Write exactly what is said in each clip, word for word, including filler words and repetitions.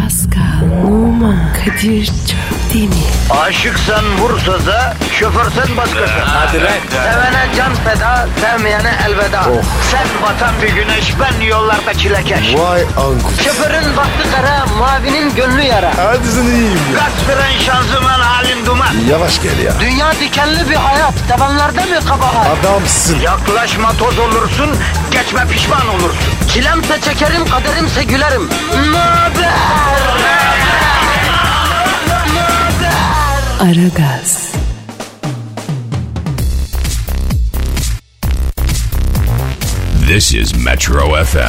Pascal, Oman, Kadir çok değil mi? Aşıksan vursa da, şoförsen başkasın. Hadi lan. Sevene can feda, sevmeyene elveda. Sen batan bir güneş, ben yollarda çilekeş. Vay anku. Şoförün baktı kara, mavinin gönlü yara. Hadi sen iyiyim ya. Kasperen şanzıman halin duman. Yavaş gel ya. Dünya dikenli bir hayat, sevenlerde mi kabahar? Adamsın. Yaklaşma toz olursun, geçme pişman olursun. Çilemse çekerim, kaderimse gülerim. Möber! Aragaz. This is Metro F M.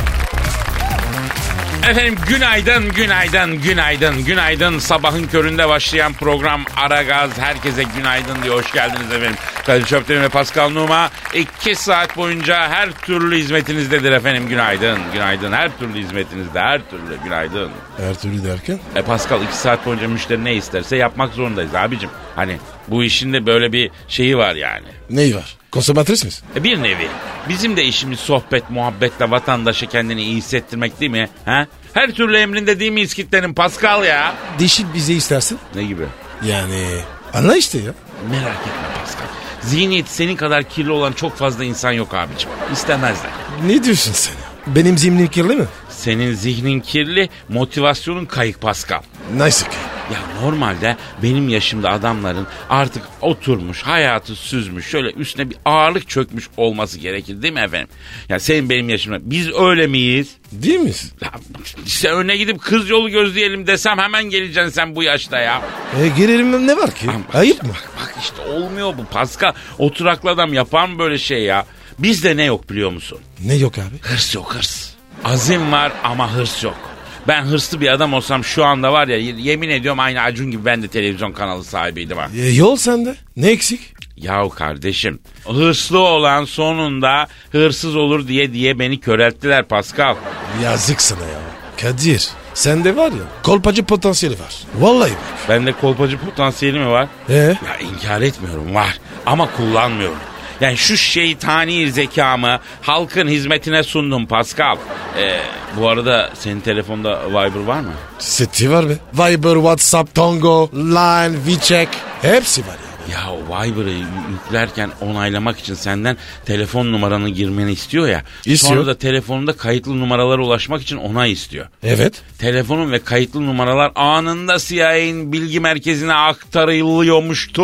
Efendim günaydın, günaydın, günaydın, günaydın. Sabahın köründe başlayan program Aragaz. Herkese günaydın diye hoş geldiniz efendim. Kadir Çöptemir ve Pascal Numa iki saat boyunca her türlü hizmetinizdedir efendim. Günaydın, günaydın. Her türlü hizmetinizde, her türlü günaydın. Her türlü derken? E Pascal iki saat boyunca müşteri ne isterse yapmak zorundayız abicim. Hani bu işin de böyle bir şeyi var yani. Neyi var? Konsomatris misin? E bir nevi. Bizim de işimiz sohbet, muhabbetle vatandaşa kendini iyi hissettirmek değil mi? Ha? Her türlü emrinde değil miyiz kitlenin Pascal ya? Değişik bize istersin. Ne gibi? Yani anla işte ya. Merak etme Pascal. Zihniyeti senin kadar kirli olan çok fazla insan yok abicim. İstemezler. Ne diyorsun sen ya? Benim zihnim kirli mi? Senin zihnin kirli, motivasyonun kayık Pascal. Nice okay. Ya normalde benim yaşımda adamların artık oturmuş, hayatı süzmüş, şöyle üstüne bir ağırlık çökmüş olması gerekir değil mi efendim? Ya senin benim yaşımda biz öyle miyiz? Değil miyiz? Ya işte önüne gidip kız yolu gözleyelim desem hemen geleceksin sen bu yaşta ya. E gelelim ne var ki? Bak, Ayıp mı? Bak, bak işte olmuyor bu Pascal. Oturaklı adam yapar mı böyle şey ya? Bizde ne yok biliyor musun? Ne yok abi? Hırs yok hırs. Azim var ama hırs yok. Ben hırslı bir adam olsam şu anda var ya yemin ediyorum aynı Acun gibi ben de televizyon kanalı sahibiydim ha. E, yol sende. Ne eksik? Yahu kardeşim hırslı olan sonunda hırsız olur diye diye beni körelttiler Pascal. Yazık sana ya. Kadir sende var ya kolpacı potansiyeli var. Vallahi bak. Bende kolpacı potansiyeli mi var? Ee? Ya inkar etmiyorum var ama kullanmıyorum. Yani şu şeytani zekamı halkın hizmetine sundum Pascal. Ee, bu arada senin telefonda Viber var mı? Seti var be. Viber, WhatsApp, Tango, Line, WeChat hepsi var ya. Ya Viber'ı yüklerken onaylamak için senden telefon numaranı girmeni istiyor ya. İstiyor. Sonra da telefonunda kayıtlı numaralara ulaşmak için onay istiyor. Evet. Telefonun ve kayıtlı numaralar anında C I A'nin bilgi merkezine aktarılıyormuştu.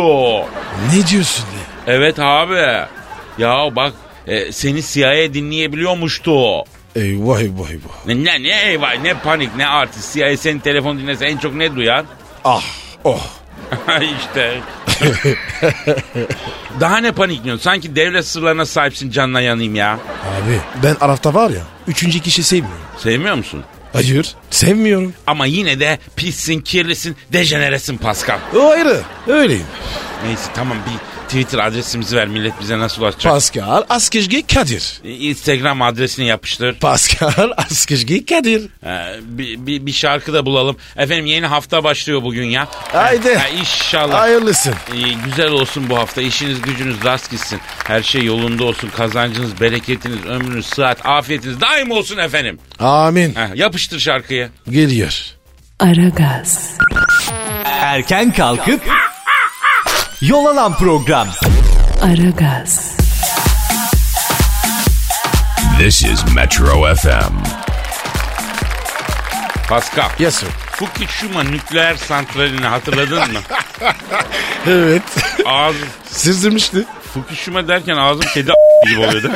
Ne diyorsun ya? Evet abi. Ya bak e, seni C I A dinleyebiliyormuştu. Eyvah eyvah eyvah. Ne, ne, ne eyvah ne panik ne artist. C I A senin telefon dinlese en çok ne duyar? Ah oh. İşte. Daha ne panikliyorsun? Sanki devlet sırlarına sahipsin canına yanayım ya. Abi ben Araf'ta var ya üçüncü kişi sevmiyorum. Sevmiyor musun? Hayır sevmiyorum. Ama yine de pissin, kirlisin, dejeneresin Pascal. O ayrı öyleyim. Neyse tamam bir Twitter adresimizi ver millet bize nasıl ulaşacak? Pascal Askışgi Kadir. Instagram adresini yapıştır. Pascal Askışgi Kadir. Ee, bir, bir, bir şarkı da bulalım. Efendim yeni hafta başlıyor bugün ya. Haydi. Ha, inşallah. Hayırlısın. Ee, güzel olsun bu hafta. İşiniz gücünüz rast gitsin. Her şey yolunda olsun. Kazancınız, bereketiniz, ömrünüz, sıhhat, afiyetiniz daim olsun efendim. Amin. Ha, yapıştır şarkıyı. Geliyor. Aragaz. Erken kalkıp yol alan program. Aragaz. This is Metro F M. Pascal. Yes sir. Fukushima nükleer santralini hatırladın mı? Evet. Ağzı Sızdırmıştı. Fukushima derken ağzım kedi gibi oluyordu.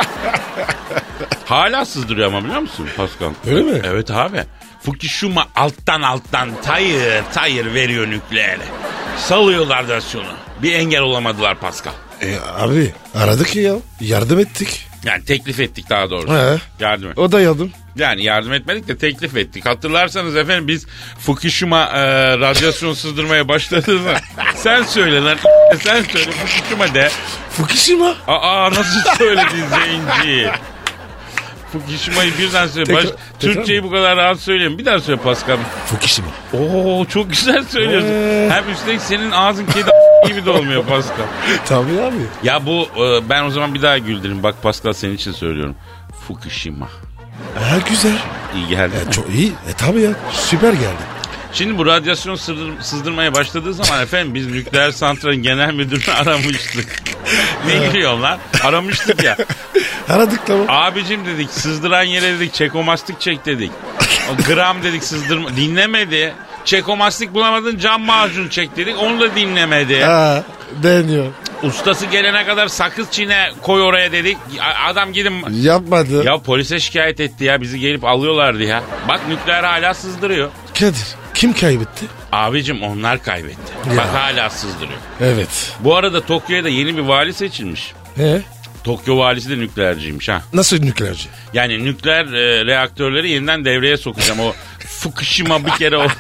Hala sızdırıyor ama biliyor musun Pascal? Öyle mi? Evet abi. Fukushima alttan alttan tayır tayır veriyor nükleere. Salıyorlar rasyonu. Bir engel olamadılar Pascal. E, abi aradık ya. Yardım ettik. Yani teklif ettik daha doğrusu. He. Yardım et. O da yardım. Yani yardım etmedik de teklif ettik. Hatırlarsanız efendim biz Fukushima e, radyasyon sızdırmaya başladığında sen söyle lan sen söyle Fukushima de. Fukushima. Aa nasıl söyledin zenci? Fukushima'yı birden söyle. Baş, Tekrar- Türkçeyi bu kadar rahat söyleyeyim. Bir daha söyle Pascal. Fukushima. Oo çok güzel söylüyorsun. Ee. Hem üstelik senin ağzın kedi gibi de olmuyor Pascal. Tabii abi. Ya bu e, ben o zaman bir daha güldüreyim. Bak Pascal senin için söylüyorum. Fukushima. Ha güzel. İyi geldi. E, çok iyi. E tabi ya. Süper geldi. Şimdi bu radyasyon sızdır, sızdırmaya başladığı zaman efendim biz nükleer santralin genel müdürünü aramıştık. Ne gülüyorsun lan? Aramıştık ya. Aradık tamam. Abicim dedik, sızdıran yere dedik çekomastik çek dedik. O gram dedik sızdırma. Dinlemedi. Çekomastik bulamadın, cam macun çek dedik. Onu da dinlemedi. Ha, deniyor. Ustası gelene kadar sakız çiğne koy oraya dedik. Adam gidin. Yapmadı. Ya polise şikayet etti ya. Bizi gelip alıyorlardı ya. Bak nükleer hala sızdırıyor. Kadir, kim kaybetti? Abicim onlar kaybetti. Ya. Bak hala sızdırıyor. Evet. Bu arada Tokyo'ya da yeni bir vali seçilmiş. E? Tokyo valisi de nükleerciymiş ha. Nasıl nükleerci? Yani nükleer e, reaktörleri yeniden devreye sokacağım. O Fukushima bir kere o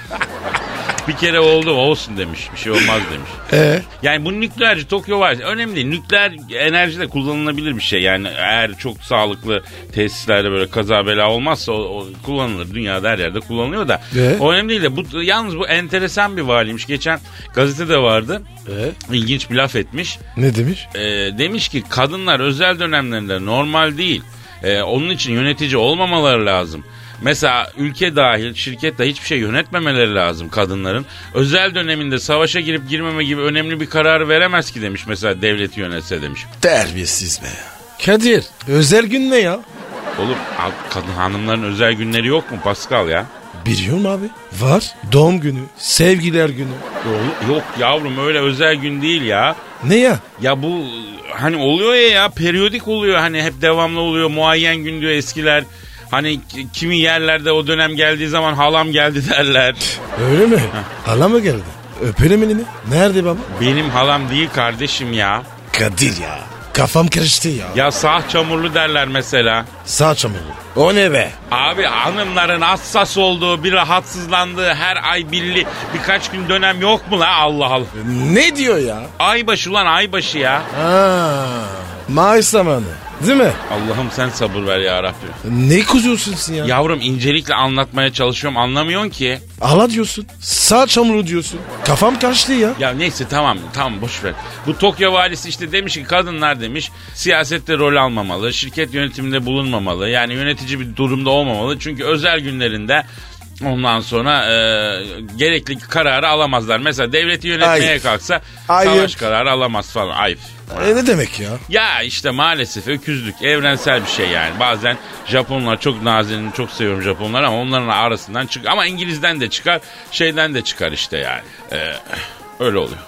bir kere oldu olsun demiş. Bir şey olmaz demiş. E? Yani bu nükleerci Tokyo valisi önemli değil. Nükleer enerji de kullanılabilir bir şey. Yani eğer çok sağlıklı tesislerde böyle kaza bela olmazsa o, o kullanılır. Dünyada her yerde kullanılıyor da. E? O önemli değil de bu, yalnız bu enteresan bir valiymiş. Geçen gazetede vardı. E? İlginç bir laf etmiş. Ne demiş? E, demiş ki kadınlar özel dönemlerinde normal değil. E, onun için yönetici olmamaları lazım. Mesela ülke dahil şirket de hiçbir şey yönetmemeleri lazım kadınların. Özel döneminde savaşa girip girmeme gibi önemli bir karar veremez ki demiş mesela devleti yönetse demiş. Terbiyesiz be. Kadir, özel gün ne ya? Oğlum kadın hanımların özel günleri yok mu Pascal ya? Biliyorum abi. Var. Doğum günü, sevgiler günü. Yok yavrum öyle özel gün değil ya. Ne ya? Ya bu hani oluyor ya ya periyodik oluyor hani hep devamlı oluyor muayyen gün diyor eskiler. Hani kimi yerlerde o dönem geldiği zaman halam geldi derler. Öyle mi? Hala mı geldi? Öpelim elini. Nerede baba? Benim halam değil kardeşim ya. Kadir ya. Kafam karıştı ya. Ya sağ çamurlu derler mesela. Sağ çamurlu. O ne be? Abi hanımların hassas olduğu, bir rahatsızlandığı her ay birli birkaç gün dönem yok mu la Allah Allah. Ne diyor ya? Aybaşı ulan aybaşı ya. Ha, Maaş zamanı. Değil mi? Allah'ım sen sabır ver ya Rabbim. Ne kuzuyorsun sen ya? Yavrum incelikle anlatmaya çalışıyorum anlamıyorsun ki. Allah diyorsun. Sağ çamurlu diyorsun. Kafam karıştı ya. Ya neyse tamam tamam boş ver. Bu Tokyo valisi işte demiş ki kadınlar demiş siyasette rol almamalı. Şirket yönetiminde bulunmamalı. Yani yönetici bir durumda olmamalı. Çünkü özel günlerinde ondan sonra e, gerekli kararı alamazlar. Mesela devleti yönetmeye Ayıp. kalksa Ayıp. savaş kararı alamaz falan. Ayıp. E ne demek ya? Ya işte maalesef öküzlük evrensel bir şey yani. Bazen Japonlar çok nazenin çok seviyorum Japonlar ama onların arasından çık ama İngiliz'den de çıkar şeyden de çıkar işte yani. Ee, öyle oluyor.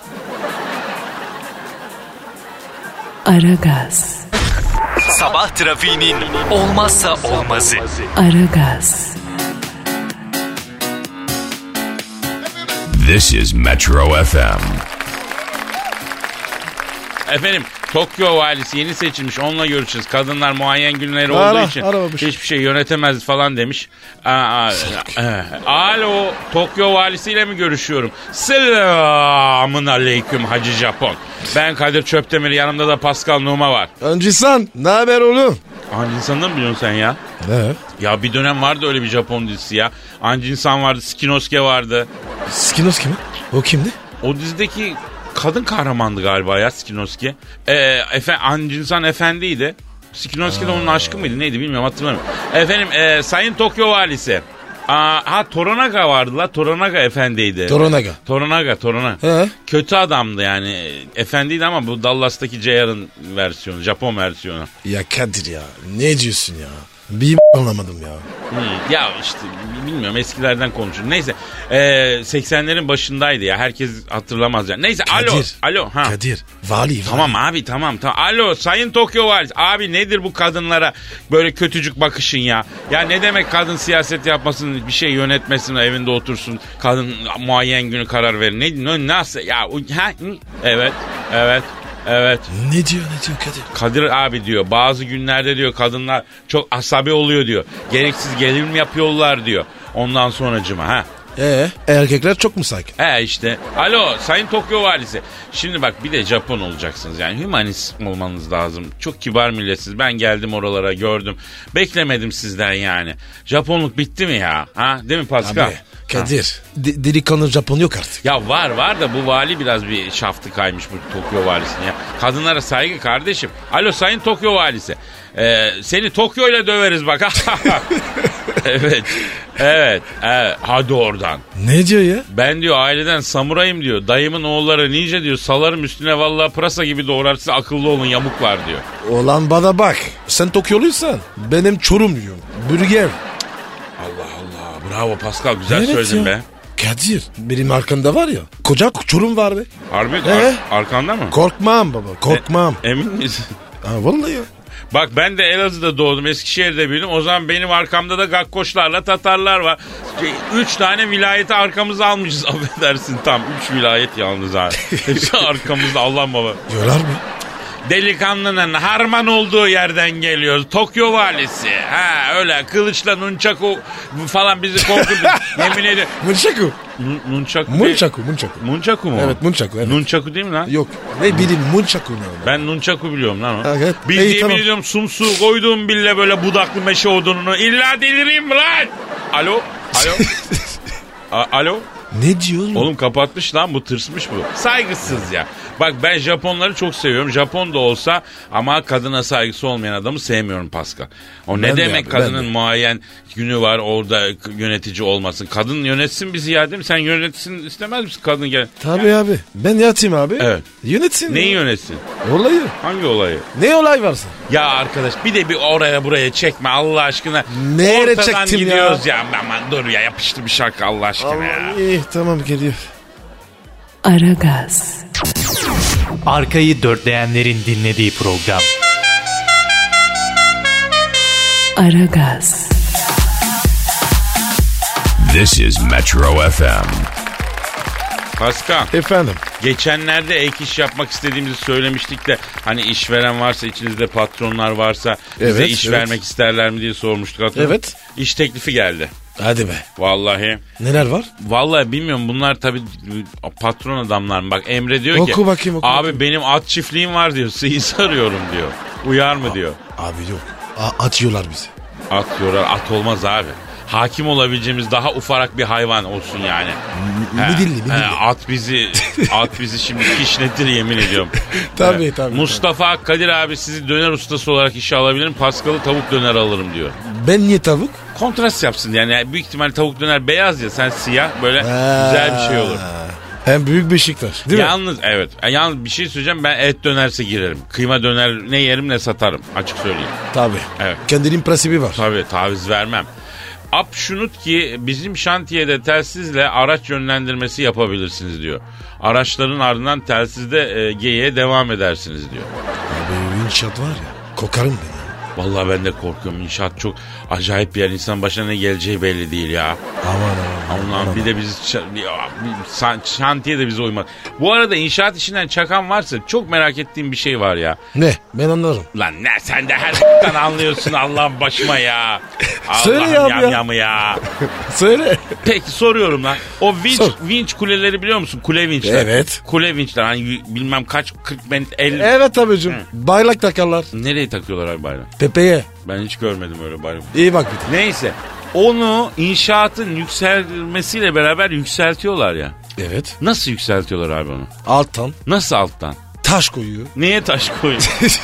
Aragaz. Sabah trafiğinin olmazsa olmazı. Aragaz. This is Metro F M. Efendim Tokyo valisi yeni seçilmiş onunla görüşeceğiz. Kadınlar muayyen günleri Ara, olduğu için aramış. hiçbir şey yönetemez falan demiş. Aa, aa, e, alo Tokyo valisiyle mi görüşüyorum? Selamun aleyküm Hacı Japon. Ben Kadir Çöptemir yanımda da Pascal Numa var. Önce sen ne haber oğlum? Hangi insandan biliyorsun sen ya? Ne? Ya bir dönem vardı öyle bir Japon dizisi ya. Anji insan vardı, Skinosuke vardı. Skinosuke mi? O kimdi? O dizideki kadın kahramandı galiba ya Skinosuke. Ee, efe, Anji insan efendiydi. Skinosuke de onun aşkı mıydı neydi bilmiyorum hatırlamıyorum. Efendim e, Sayın Tokyo valisi. Aa, ha Toranaga vardı la Toranaga efendiydi. Toranaga. Toranaga Toranaga. He. Kötü adamdı yani. Efendiydi ama bu Dallas'taki J R'ın versiyonu, Japon versiyonu. Ya Kadir ya ne diyorsun ya? Bir anlamadım ya. Hmm, ya işte bilmiyorum eskilerden konuşuyorum. Neyse e, seksenlerin başındaydı ya herkes hatırlamaz ya. Neyse Kadir, alo alo ha. Kadir vali vali. Tamam abi tamam tamam. Alo Sayın Tokyo valisi. Abi nedir bu kadınlara böyle kötücük bakışın ya? Ya ne demek kadın siyaset yapmasın bir şey yönetmesin evinde otursun. Kadın muayyen günü karar verir. Ne, ne nasıl ya? Ha? Evet evet. Evet. Ne diyor ne diyor Kadir? Kadir abi diyor bazı günlerde diyor kadınlar çok asabi oluyor diyor. Gereksiz gerilim yapıyorlar diyor. Ondan sonracıma ha. Ee, erkekler çok mu sakin? He işte. Alo Sayın Tokyo valisi. Şimdi bak bir de Japon olacaksınız yani hümanist olmanız lazım. Çok kibar milletsiniz. Ben geldim oralara gördüm. Beklemedim sizden yani. Japonluk bitti mi ya? Ha? Değil mi Pascal? Abi Kadir de- delikanlı Japon yok artık. Ya var var da bu vali biraz bir şaftı kaymış bu Tokyo valisine ya. Kadınlara saygı kardeşim. Alo Sayın Tokyo valisi. Ee, seni Tokyo ile döveriz bak. Evet. Evet. Evet. Hadi oradan. Ne diyor ya? Ben diyor aileden samurayım diyor. Dayımın oğulları ninja diyor. Salarım üstüne vallahi pırasa gibi doğrar, size akıllı olun, yamuk var diyor. Olan bana bak. Sen Tokyoluysan benim Çorum diyor. Burger. Allah Allah. Bravo Pascal, güzel Evet söyledin ya. be. Kadir benim arkamda var ya. Koca Çorum var be. Harbi Ee? ar- arkanda mı? Korkmam baba korkmam. E, emin misin? Ha, vallahi ya. Bak ben de Elazığ'da doğdum, Eskişehir'de büyüdüm. O zaman benim arkamda da Gakkoşlarla Tatarlar var. Üç tane vilayeti arkamıza almışız, affedersin, tam üç vilayet yalnız ha. Hepsi arkamızda, Allah baba. Diyorlar mı? Delikanlının harman olduğu yerden geliyoruz. Tokyo valisi. Ha öyle kılıçla nunchaku falan bizi korkutuyor. Yemin ediyorum. Munchaku. Nun- Nunchaku. Munchaku. Munchaku. Munchaku mu? Evet Munchaku. Evet. Nunchaku değil mi lan? Yok. Ne bileyim Munchaku ne? Ben nunchaku biliyorum lan o. Evet. Biz İyi, yemin tamam. ediyorum sumsu koyduğum bile böyle budaklı meşe odununu. İlla delireyim mi lan? Alo? Alo? A- Alo? Ne diyorsun? Oğlum kapatmış lan, bu tırsmış bu. Saygısız ya. Bak ben Japonları çok seviyorum. Japon da olsa ama kadına saygısı olmayan adamı sevmiyorum Pascal. O Ben ne de demek abi, kadının ben de. muayyen günü var orada yönetici olmasın. Kadın yönetsin bizi ya, değil mi? Sen yönetsin istemez misin kadın gel? Tabii abi. Ben yatayım abi. Evet. Yönetsin. Neyi ya. yönetsin? Olayı. Hangi olayı? Ne olay varsa. Ya arkadaş bir de bir oraya buraya çekme Allah aşkına. Nereye Ortadan çektim ya? gidiyoruz ya. Aman dur ya, yapıştı bir şarkı Allah aşkına ya. Allah iyi tamam geliyor. Aragaz, Arkayı dörtleyenlerin dinlediği program. Aragaz, This is Metro F M. Pascal, Efendim. geçenlerde ek iş yapmak istediğimizi söylemiştik de hani işveren varsa, içinizde patronlar varsa bize Evet, iş evet. vermek isterler mi diye sormuştuk, hatırlıyor musun? Evet. İş teklifi geldi. Hadi be. Vallahi. Neler var? Vallahi bilmiyorum, bunlar tabii patron adamlar mı? Bak Emre diyor ki Oku bakayım, oku abi bakayım. benim at çiftliğim var diyor, sıyız arıyorum diyor. Uyar mı diyor. Abi yok. A- atıyorlar bizi. At yorar, at olmaz abi. Hakim olabileceğimiz daha ufarak bir hayvan olsun yani. He, Midilli, midilli. he, At bizi at bizi şimdi kişnetir yemin ediyorum. Tabii, He, tabii, Mustafa Kadir abi sizi döner ustası olarak işe alabilirim. Paskal'ı tavuk döner alırım diyor. Ben niye tavuk? Kontrast yapsın yani. Yani büyük ihtimal tavuk döner beyaz ya, sen siyah, böyle güzel bir şey olur. Hem büyük Beşiktaş değil mi? Yalnız evet. Yalnız bir şey söyleyeceğim, ben et dönerse girerim. Kıyma döner ne yerim ne satarım, açık söyleyeyim. Tabii. Evet. Kendinin prensibi var. Tabii taviz vermem. Apşunut ki bizim şantiyede telsizle araç yönlendirmesi yapabilirsiniz diyor. Araçların ardından telsizde e, geyiğe devam edersiniz diyor. Abi inşaat var ya. Kokarım beni. Vallahi ben de korkuyorum. İnşaat çok acayip bir yer. İnsan başına ne geleceği belli değil ya. Aman aman. Allah'ım aman, bir de bizi ş- ya, bir san- şantiye de bize uymaz. Bu arada inşaat işinden çakan varsa çok merak ettiğim bir şey var ya. Ne? Ben anlarım. Lan ne sen de her s**tan anlıyorsun Allah'ım başıma ya. Söyle Allah'ım ya abi ya. yamyamı ya. Söyle. Peki soruyorum lan. O vinç, Sor. vinç kuleleri biliyor musun? Kule vinçler. Evet. Kule vinçler hani y- bilmem kaç kırk metre elli. Evet abicim. Bayrak takarlar. Nereye takıyorlar abi bayrağı? Tepeye. Ben hiç görmedim öyle bayrağı. İyi bak bir de. Neyse. Onu inşaatın yükselmesiyle beraber yükseltiyorlar ya. Evet. Nasıl yükseltiyorlar abi onu? Alttan. Nasıl alttan? Taş koyuyor. Neye taş koyuyor?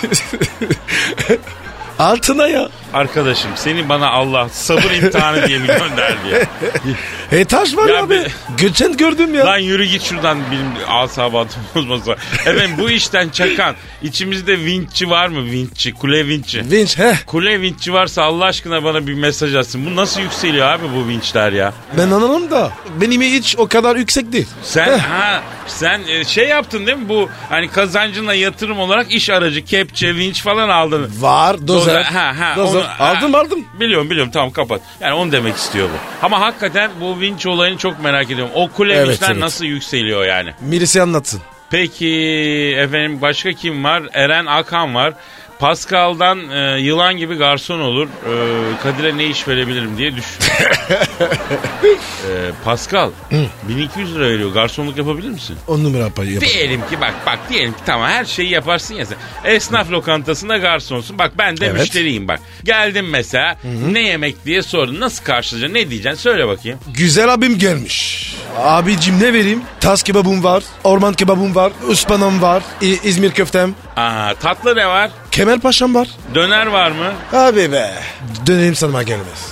Altına ya. Arkadaşım seni bana Allah sabır imtihanı diye mi gönderdi ya? E taş var Ya abi. be- Geçen gördüm ya. Lan yürü git şuradan, benim asabatım bozmasa. Efendim bu işten çakan içimizde vinççi var mı, vinççi, kule vinççi? Vinç he. Kule vinççi varsa Allah aşkına bana bir mesaj atsın. Bu nasıl yükseliyor abi bu vinçler ya? Ben anladım da benim hiç o kadar yüksek değil. Sen Heh. ha sen e, şey yaptın değil mi, bu hani kazancına yatırım olarak iş aracı, kepçe, vinç falan aldın. Var dozer. Ha, ha, dozer. onu- ha. aldım aldım. Biliyorum biliyorum, tamam kapat. Yani onu demek istiyor bu. Ama hakikaten bu vinç olayını çok merak ediyorum. O kule Evet, vinçler evet. nasıl yükseliyor yani? Birisi anlatsın. Peki efendim başka kim var? Eren Akan var. Pascal'dan e, yılan gibi garson olur. E, Kadir'e ne iş verebilirim diye düşün. e, Pascal bin iki yüz lira veriyor. Garsonluk yapabilir misin? On numara payı yapalım. Diyelim ki bak bak diyelim ki tamam, her şeyi yaparsın ya sen. Esnaf lokantasında garsonsun. Bak ben de Evet. müşteriyim bak. Geldim mesela, ne yemek diye sordun. Nasıl karşılayacaksın? Ne diyeceksin? Söyle bakayım. Güzel abim gelmiş. Abicim ne vereyim? Tas kebabım var. Orman kebabım var. Ispanağım var. İ- İzmir köftem. Aa, tatlı ne var? Kemal Paşam var. Döner var mı? Abi be. Dönelim sana gelmez.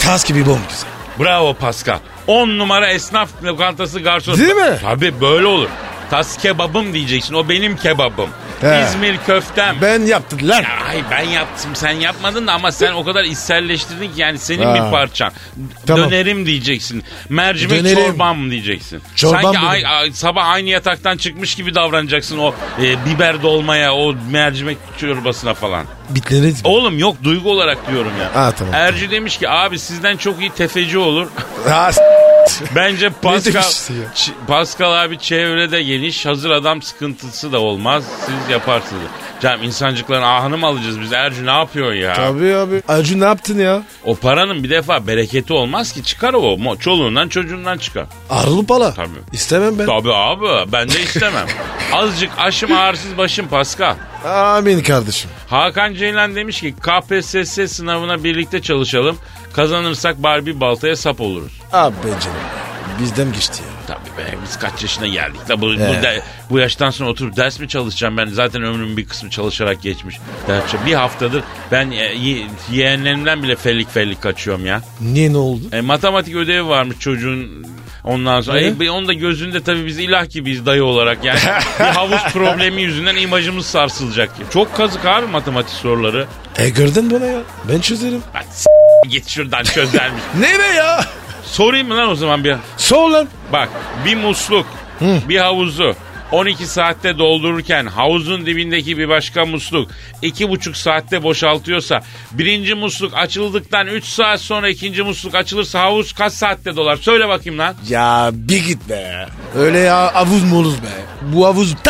Tas gibi bom güzel. Bravo Pascal. on numara esnaf lokantası garsonu. Değil mi? Tabii böyle olur. Tas kebabım diyeceksin. O benim kebabım. He. İzmir köftem. Ben yaptım lan. Ay ben yaptım, sen yapmadın da ama sen o kadar içselleştirdin ki yani senin Ha. bir parçan. Tamam. Dönerim diyeceksin. Mercimek Dönerim. çorbam diyeceksin. Çorbam Sanki dedim. ay, ay- sabah aynı yataktan çıkmış gibi davranacaksın o e, biber dolmaya, o mercimek çorbasına falan. Bitleniriz. Oğlum yok, duygu olarak diyorum ya. Ha, tamam. Ercü demiş ki abi sizden çok iyi tefeci olur. Ha, s- Bence Pascal tefecisi ya? Ç- Pascal abi çevrede geniş, hazır adam sıkıntısı da olmaz. Siz yaparsınız. Canım insancıkların ahını mı alacağız biz? Ercü ne yapıyorsun ya? Tabii abi. Acun ne yaptın ya? O paranın bir defa bereketi olmaz ki, çıkar o. Mo- Çoluğundan çocuğundan çıkar. Arılı pala. Tabii. İstemem ben. Tabii abi, ben de istemem. Azıcık aşım ağırsız başım Pascal. Amin kardeşim. Hakan Ceylan demiş ki K P S S sınavına birlikte çalışalım. Kazanırsak Barbie baltaya sap oluruz. Abi be canım. Bizden geçti ya. Tabii be, biz kaç yaşına geldik de bu, Evet. bu, de- bu yaştan sonra oturup ders mi çalışacağım ben? Zaten ömrümün bir kısmı çalışarak geçmiş. Ders, bir haftadır ben e, ye- yeğenlerimden bile fellik fellik kaçıyorum ya. Niye, ne oldu? E, matematik ödevi varmış çocuğun. Ondan sonra Evet. e, onun da gözünde tabii biz ilah gibiyiz dayı olarak yani. Bir havuz problemi yüzünden imajımız sarsılacak. Çok kazık abi matematik soruları. E gördün bana ya. Ben çözerim. Hadi s- git şuradan çözermiş. Ne be ya? Sorayım mı lan o zaman bir? Sor lan. Bak, bir musluk, Hı. bir havuzu on iki saatte doldururken havuzun dibindeki bir başka musluk iki buçuk saatte boşaltıyorsa, birinci musluk açıldıktan üç saat sonra ikinci musluk açılırsa havuz kaç saatte dolar? Söyle bakayım lan. Ya bir git be. Öyle ya, havuz mu olur be? Bu havuz ta...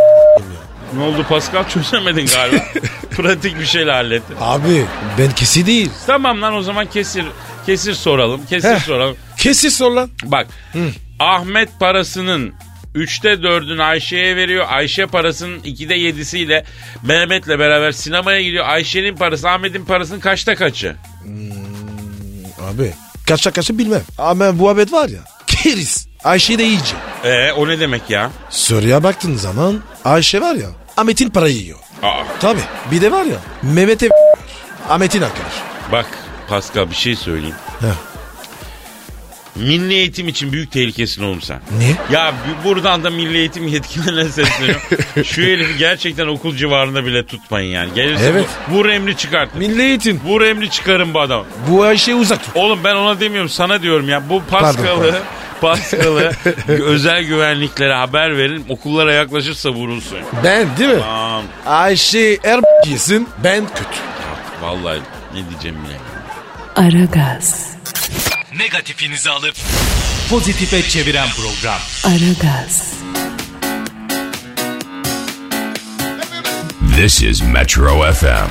Ne oldu Pascal, çözemedin galiba. Pratik bir şeyle hallettin. Abi ben kesi değil. Tamam lan, o zaman kesir kesir soralım. Kesir Heh. soralım. Kesi sor lan. Bak, Ahmet parasının üçte dördünü Ayşe'ye veriyor. Ayşe parasının ikide yedisiyle Mehmet'le beraber sinemaya gidiyor. Ayşe'nin parası Ahmet'in parasının kaçta kaçı? Abi kaçta kaçı bilmem. Ama bu habet var ya. Keriz. Ayşe de iyice. Ee, o ne demek ya? Soruya baktığın zaman Ayşe var ya. Ahmet'in parayı yiyor. Aa, Tabii. Bir de var ya. Mehmet'e Ahmet'in arkadaş. bak Pascal, bir şey söyleyeyim. Heh. Milli eğitim için büyük tehlikesin oğlum sen. Ne? Ya b- buradan da milli eğitim yetkililerine sesleniyorum. Şu herifi gerçekten okul civarında bile tutmayın yani. Gelirse Evet. bu- vur emri çıkartın. Milli eğitim. Vur emri çıkarın bu adam. Bu Ayşe'yi uzak tut. Oğlum ben ona demiyorum, sana diyorum ya. Bu Pascal'ı Pardon, Pascal'ı özel güvenliklere haber verin. Okullara yaklaşırsa vurulsun. Ben değil mi? Tamam. Ayşe er yesin, ben kötü. Vallahi ne diyeceğim bilemiyorum. Aragaz, Negatifinizi alıp pozitife çeviren program. Aragaz, This is Metro F M.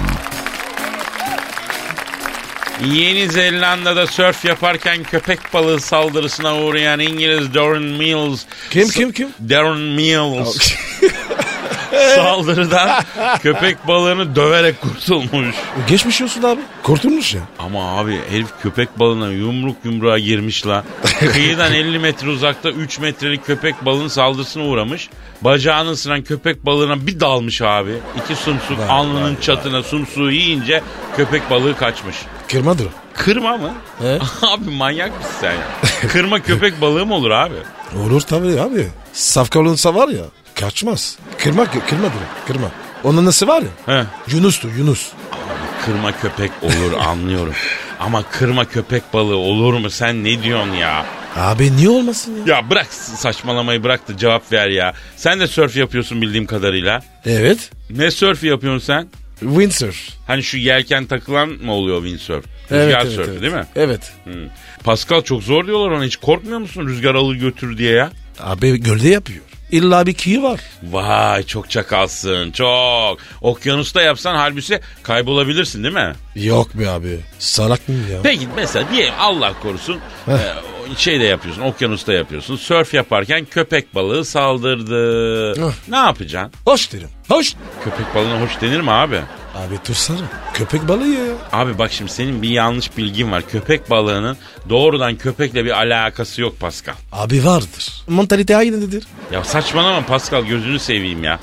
Yeni Zelanda'da sörf yaparken köpek balığı saldırısına uğrayan İngiliz Darren Mills. Kim kim kim? Darren Mills. Saldırıdan köpek balığını döverek kurtulmuş. Geçmiş olsun abi. Kurtulmuş ya. Ama abi herif köpek balığına yumruk yumruğa girmiş la. Kıyıdan elli metre uzakta üç metrelik köpek balığının saldırısına uğramış. Bacağını ısıran köpek balığına bir dalmış abi. İki sumsuk Vay, alnının vay, çatına sumsuğu yiyince köpek balığı kaçmış. Kırmadır o. Kırma mı? He? Abi manyak mısın sen ya? Kırma köpek balığı mı olur abi? Olur tabii abi. Safka olunsa var ya, kaçmaz. Kırma, kırmadır o. Kırma. Onun nasıl var ya? He. Yunus'tu Yunus. Kırma köpek olur anlıyorum. Ama kırma köpek balığı olur mu? Sen ne diyorsun ya? Abi niye olmasın ya? Ya bırak saçmalamayı, bırak da cevap ver ya. Sen de sörf yapıyorsun bildiğim kadarıyla. Evet. Ne sörfü yapıyorsun sen? Windsurf. Hani şu yelken takılan mı oluyor windsurf? Evet, Rüzgar evet, sörfü evet. değil mi? Evet. Hı. Pascal çok zor diyorlar ona. Hiç korkmuyor musun rüzgar alır götür diye ya? Abi gölde yapıyor. İlla bir kıyı var. Vay çok çakalsın çok. Okyanusta yapsan halbuki kaybolabilirsin değil mi? Yok be abi. Salak mıyım ya? Peki mesela diyelim Allah korusun e, şey de yapıyorsun, okyanusta yapıyorsun. Sörf yaparken köpek balığı saldırdı. Heh. Ne yapacaksın? Hoş derim. Hoş. Köpek balığına hoş denir mi abi? Abi dursana. Köpek balığı ya. Abi bak şimdi senin bir yanlış bilgin var. Köpek balığının doğrudan köpekle bir alakası yok Pascal. Abi vardır. Mantalite aynıdır. Ya saçmalama Pascal, gözünü seveyim ya.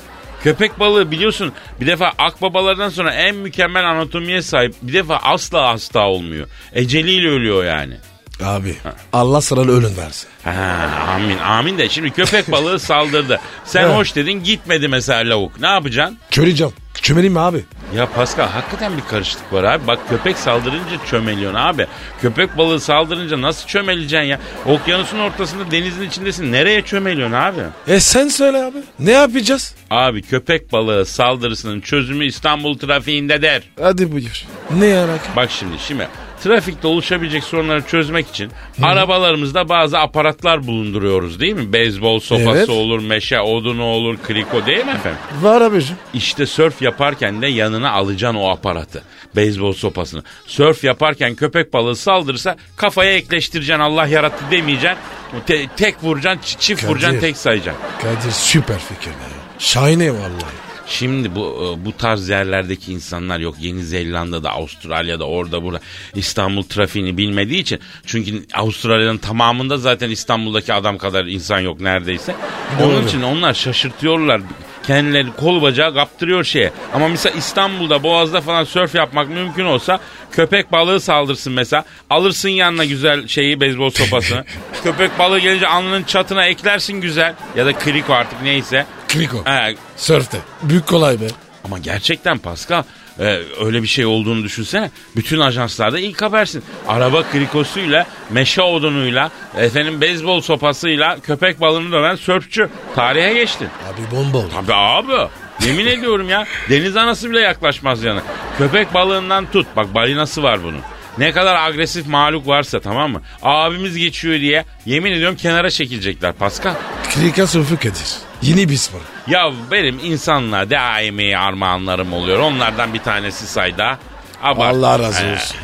Köpek balığı biliyorsun bir defa akbabalardan sonra en mükemmel anatomiye sahip. Bir defa asla hasta olmuyor. Eceliyle ölüyor yani. Abi ha. Allah sana ölüm versin. Ha, amin amin de şimdi köpek balığı saldırdı. Sen hoş dedin gitmedi mesela lavuk. Ne yapacaksın? Köreceğim. Çömeleyim mi abi? Ya Pascal hakikaten bir karışıklık var abi. Bak köpek saldırınca çömeliyorsun abi. Köpek balığı saldırınca nasıl çömeleceksin ya? Okyanusun ortasında denizin içindesin. Nereye çömeliyorsun abi? E sen söyle abi. Ne yapacağız? Abi köpek balığı saldırısının çözümü İstanbul trafiğindedir. Hadi buyur. Ne alaka? Bak şimdi şimdi trafikte oluşabilecek sorunları çözmek için Hı. arabalarımızda bazı aparatlar bulunduruyoruz değil mi? Beyzbol sopası evet. olur, meşe odunu olur, kriko değil mi efendim? Var abicim. İşte sörf yaparken de yanına alacaksın o aparatı. Beyzbol sopasını. Sörf yaparken köpek balığı saldırırsa kafaya ekleştireceksin Allah yarattı demeyeceksin. Te- tek vuracaksın, çift Kadir, vuracaksın, tek sayacaksın. Kadir süper fikir be. Şahane vallahi. Şimdi bu bu tarz yerlerdeki insanlar yok Yeni Zelanda'da, Avustralya'da, orada burada İstanbul trafiğini bilmediği için. Çünkü Avustralya'nın tamamında zaten İstanbul'daki adam kadar insan yok neredeyse. Doğru. Onun için onlar şaşırtıyorlar. Kendileri kol bacağı kaptırıyor şeye. Ama mesela İstanbul'da, Boğaz'da falan sörf yapmak mümkün olsa köpek balığı saldırsın mesela. Alırsın yanına güzel şeyi, beyzbol sopasını. Köpek balığı gelince alnının çatına eklersin güzel. Ya da kriko artık neyse. Kriko. He. Sörfte. Büyük kolay be. Ama gerçekten Pascal e, öyle bir şey olduğunu düşünsene. Bütün ajanslarda ilk habersin. Araba krikosuyla, meşe odunuyla, efendim beyzbol sopasıyla köpek balığını döven sörfçü. Tarihe geçtin. Abi bomba oldu. Tabii abi. Yemin ediyorum ya. Deniz anası bile yaklaşmaz yana. Köpek balığından tut. Bak balinası var bunun. Ne kadar agresif mahluk varsa tamam mı? Abimiz geçiyor diye yemin ediyorum kenara çekilecekler Pascal. Krika sörfü Kadir. Yeni bir spor. Ya benim insanlığa daimi armağanlarım oluyor. Onlardan bir tanesi sayda. Abart. Allah razı olsun.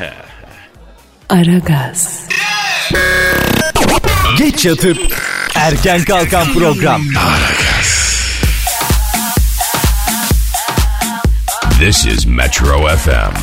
Aragaz. Geç yatıp erken kalkan program. Aragaz. This is Metro F M.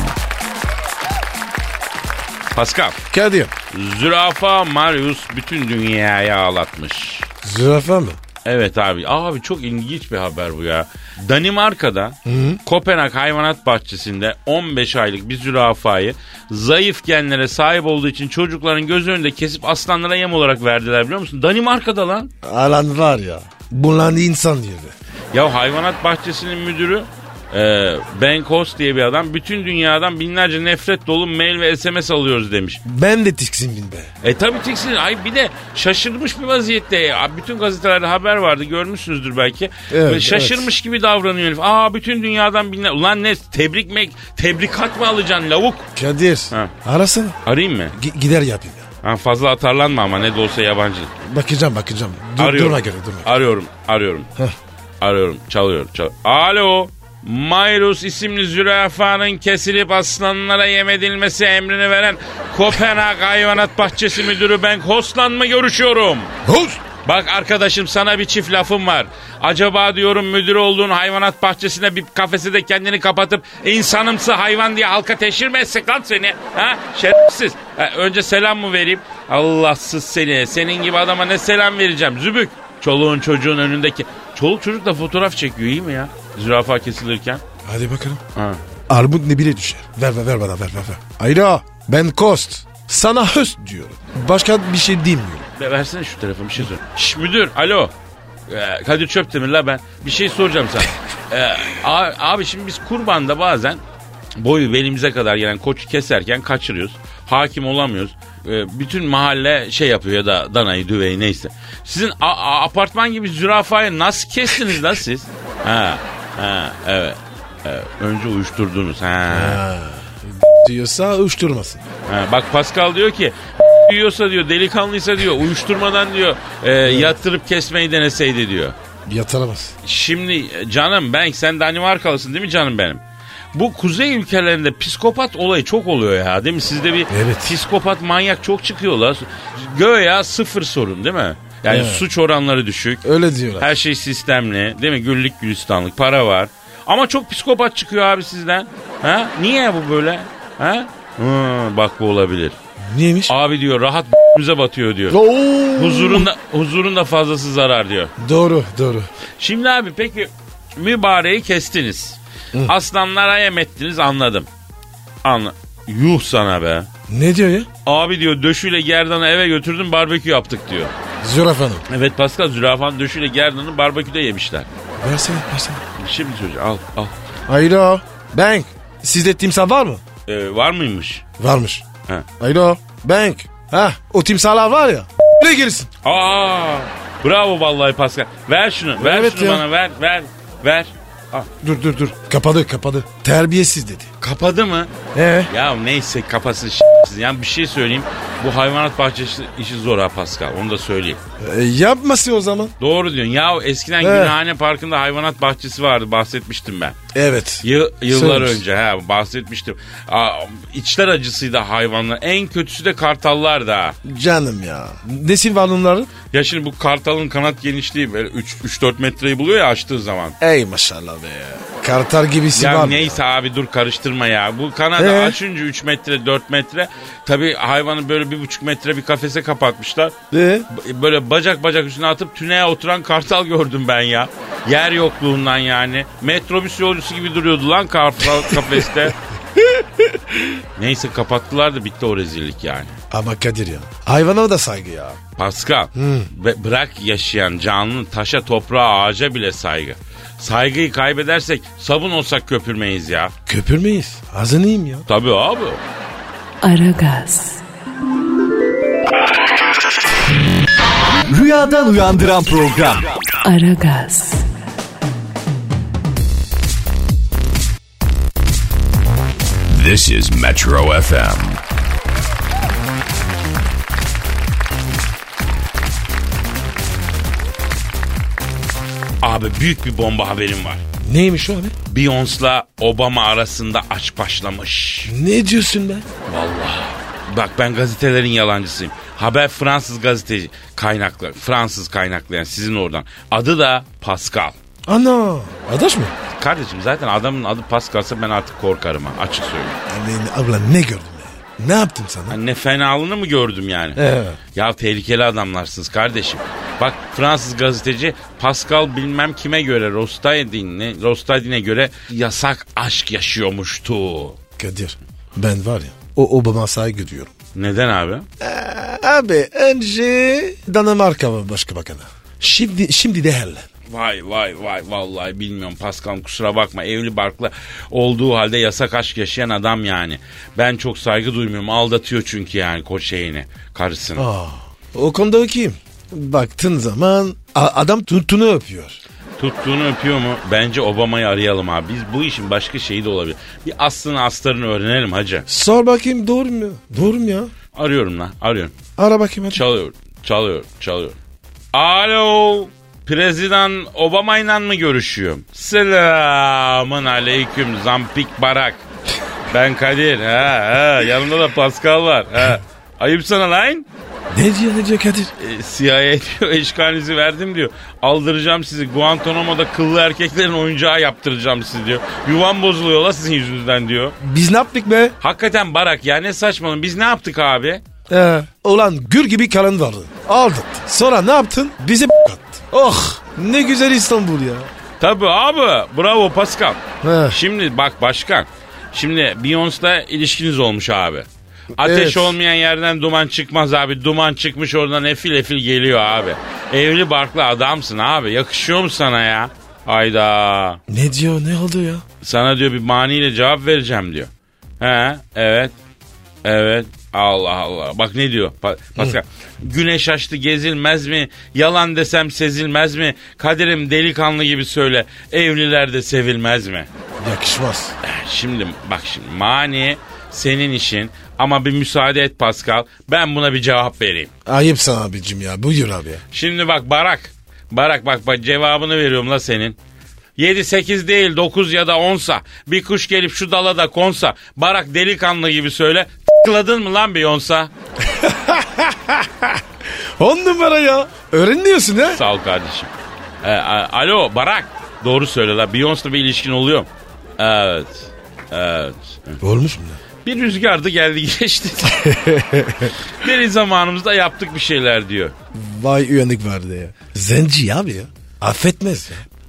Pascal. Kadir. Zürafa Marius bütün dünyayı ağlatmış. Zürafa mı? Evet abi. Abi çok ilginç bir haber bu ya. Danimarka'da Hı-hı. Kopenhag Hayvanat Bahçesi'nde on beş aylık bir zürafayı zayıf genlere sahip olduğu için çocukların göz önünde kesip aslanlara yem olarak verdiler biliyor musun? Danimarka'da lan. Alan var ya. Bunlar insan diye be. Ya hayvanat bahçesinin müdürü Ee, Ben Kos diye bir adam bütün dünyadan binlerce nefret dolu mail ve S M S alıyoruz demiş. Ben de tiksindim be. E tabi tiksin. Ay bir de şaşırmış bir vaziyette. Ya. Bütün gazetelerde haber vardı görmüşsünüzdür belki. Evet, şaşırmış evet. gibi davranıyor herif. Aa bütün dünyadan binler. Ulan ne tebrik mi? Tebrikat mı alacaksın lavuk? Kadir ha. Arasana. Arayayım mı? G- gider yapayım ya. Ha, fazla atarlanma ama ne de olsa yabancı. Bakacağım bakacağım. Dur, arıyorum. Durma göre durma. Arıyorum arıyorum. Heh. Arıyorum çalıyor çalıyor. Alo. Mayrus isimli zürafanın kesilip aslanlara yem edilmesi emrini veren Kopenhag Hayvanat Bahçesi Müdürü Ben Host'la mı görüşüyorum? Host! Bak arkadaşım sana bir çift lafım var. Acaba diyorum müdür olduğun hayvanat bahçesinde bir kafese kendini kapatıp insanımsı hayvan diye halka teşhir mi etsek lan seni? Ha? Şerefsiz. Ha, önce selam mı vereyim? Allahsız seni. Senin gibi adama ne selam vereceğim? Zübük. Çoluğun çocuğun önündeki. Çoluk çocuk da fotoğraf çekiyor iyi mi ya? Zürafa kesilirken. Hadi bakalım. Ha. Armut ne bile düşer. Ver ver ver bana ver ver ver. Hayra ben Kost. Sana höst diyorum. Başka bir şey demiyorum. Be, versene şu telefonu bir şey sor. Şş müdür alo. Ee, Kadir Çöptemir la ben. Bir şey soracağım sana. Ee, abi, abi şimdi biz kurbanda bazen boyu belimize kadar gelen koçu keserken kaçırıyoruz. Hakim olamıyoruz. Ee, bütün mahalle şey yapıyor ya da danayı düveyi neyse. Sizin a- a- apartman gibi zürafayı nasıl kestiniz lan siz? Ha, ha evet. evet. Önce uyuşturdunuz. Ha. ha. Diyorsa uyuşturmasın. Ha, bak Pascal diyor ki diyorsa diyor delikanlıysa diyor uyuşturmadan diyor e, yatırıp kesmeyi deneseydi diyor. Yatıramaz. Şimdi canım ben sen Danimarkalısın değil mi canım benim? Bu kuzey ülkelerinde psikopat olayı çok oluyor ya değil mi? Sizde bir evet. psikopat manyak çok çıkıyorlar. Göya sıfır sorun değil mi? Yani evet. Suç oranları düşük. Öyle diyorlar. Her şey sistemli değil mi? Güllük gülistanlık para var. Ama çok psikopat çıkıyor abi sizden. Ha? Niye bu böyle? Ha? Hmm, bak bu olabilir. Neymiş? Abi diyor rahat bize batıyor diyor. Oo. Huzurunda huzurunda fazlası zarar diyor. Doğru doğru. Şimdi abi peki mübareği kestiniz. Hı. Aslanlara yem ettiniz, anladım. Anla. Yuh sana be. Ne diyor ya? Abi diyor döşüyle gerdanı eve götürdüm, barbekü yaptık diyor. Zürafanım. Evet Pascal, zürafanın döşüyle gerdanı barbeküde yemişler. Versene versene. Şimdi çocuğu al al. Alo. Bank. Sizde timsah var mı? Ee, var mıymış? Varmış. He. Alo. Bank. Ha, o timsahlar var ya. Ne girsin? Aa, bravo vallahi Pascal. Ver şunu, ver Evet şunu ya. bana, ver, ver, ver. Al. Dur dur dur. Kapadı kapadı. Terbiyesiz dedi. Kapadı mı? Ee? Ya neyse kapasın s**siz. Yani bir şey söyleyeyim. Bu hayvanat bahçesi işi zor ha Pascal. Onu da söyleyeyim. E, yapması o zaman. Doğru diyorsun. Ya eskiden He. Gülhane Parkı'nda hayvanat bahçesi vardı. Bahsetmiştim ben. Evet. Y- yıllar Söylemiş. önce he, bahsetmiştim. Aa, içler acısıydı hayvanlar. En kötüsü de kartallar da. Canım ya. Nesil var onların? Ya şimdi bu kartalın kanat genişliği böyle üç dört metreyi buluyor ya açtığı zaman. Ey maşallah be. Kartal gibisi var Ya mı? neyse abi dur karıştırma ya. Bu kanadı Ee? açınca üç metre dört metre. Tabii hayvanı böyle bir buçuk metre bir kafese kapatmışlar. Ee? B- Böyle bacak bacak üstüne atıp tüneye oturan kartal gördüm ben ya. Yer yokluğundan yani. Metrobüs yolcusu gibi duruyordu lan kartal kafeste. Neyse kapattılar da bitti o rezillik yani. Ama Kadir ya. Hayvana da saygı ya. Pascal, be- bırak yaşayan canlı taşa, toprağa, ağaca bile saygı. Saygıyı kaybedersek sabun olsak köpürmeyiz ya. Köpürmeyiz. Ağzınıyım ya. Tabii abi. Aragaz, Rüyadan uyandıran program. Aragaz, This is Metro F M. Abi büyük bir bomba haberim var. Neymiş o abi? Beyoncé'la Obama arasında aşk başlamış. Ne diyorsun be? Vallahi. Bak ben gazetelerin yalancısıyım. Haber Fransız gazeteci kaynaklı. Fransız kaynaklı yani sizin oradan. Adı da Pascal. Ana. Adaş mı? Kardeşim zaten adamın adı Pascal'sa ben artık korkarım ha. Açık söyleyeyim. Yani, abla ne gördün ya? Ne yaptım sana? Hani ne fenalığını mı gördüm yani? Evet. Ya tehlikeli adamlarsınız kardeşim. Bak Fransız gazeteci Pascal bilmem kime göre Rostadin'e Rostadin'e göre yasak aşk yaşıyormuştu. Kadir ben var ya o Obama saygı duyuyorum. Neden abi? Ee, abi önce Danimarka var başbakanı. Şimdi, şimdi de Helen. Vay vay vay vallahi bilmiyorum Pascal, kusura bakma, evli barklı olduğu halde yasak aşk yaşayan adam yani. Ben çok saygı duymuyorum, aldatıyor çünkü yani koç şeyini, karısını. Aa, o konuda okuyayım. Baktığın zaman a- adam tuttuğunu öpüyor. Tuttuğunu öpüyor mu? Bence Obama'yı arayalım abi. Biz bu işin başka şeyi de olabilir. Bir aslını astarını öğrenelim hacı. Sor bakayım doğru mu? Doğru mu ya? Arıyorum lan, arıyorum. Ara bakayım hadi. Çalıyor, çalıyor, çalıyor. Alo, Prezident Obama'yla mı görüşüyorum? Selamın aleyküm Zampik Barak. Ben Kadir. Ha, ha. Yanımda da Pascal var. Ha. Ayıp sana lan. Ne diyor ne diyor Kadir? E, C I A diyor, eşkalinizi verdim diyor. Aldıracağım sizi. Guantanamo'da kıllı erkeklerin oyuncağı yaptıracağım sizi diyor. Yuvam bozuluyor la sizin yüzünüzden diyor. Biz ne yaptık be? Hakikaten Barak ya, ne saçmalama. Biz ne yaptık abi? Ee, ulan gür gibi karın vardı. Aldık. Sonra ne yaptın? Bizi b***attı. Oh ne güzel İstanbul ya. Tabii abi. Bravo Pascal. He. Şimdi bak başkan. Şimdi Beyoncé'la ilişkiniz olmuş abi. Ateş Evet. olmayan yerden duman çıkmaz abi. Duman çıkmış oradan efil efil geliyor abi. Evli barklı adamsın abi. Yakışıyor mu sana ya? Hayda. Ne diyor ne oldu ya? Sana diyor bir maniyle cevap vereceğim diyor. He evet. Evet. Allah Allah. Bak ne diyor pa- Pascal. Güneş açtı gezilmez mi? Yalan desem sezilmez mi? Kaderim delikanlı gibi söyle. Evliler de sevilmez mi? Yakışmaz. Şimdi bak şimdi mani senin işin ama bir müsaade et Pascal. Ben buna bir cevap vereyim. Ayıp sana abicim ya. Buyur abi ya. Şimdi bak Barak. Barak bak bak cevabını veriyorum la senin. yedi sekiz değil dokuz ya da onsa bir kuş gelip şu dala da konsa Barak delikanlı gibi söyle. Tıkladın mı lan Beyoncé? On numara ya. Öğreniyorsun ha? Sağ ol kardeşim. Ee, a- alo Barak. Doğru söyle la. Beyoncé'la bir ilişkin oluyor mu? Evet. Evet. Olmuş mu? Bir rüzgardı geldi geçti. Deli zamanımızda yaptık bir şeyler diyor. Vay uyanık vardı ya. Zenci abi ya. Affetmez ya.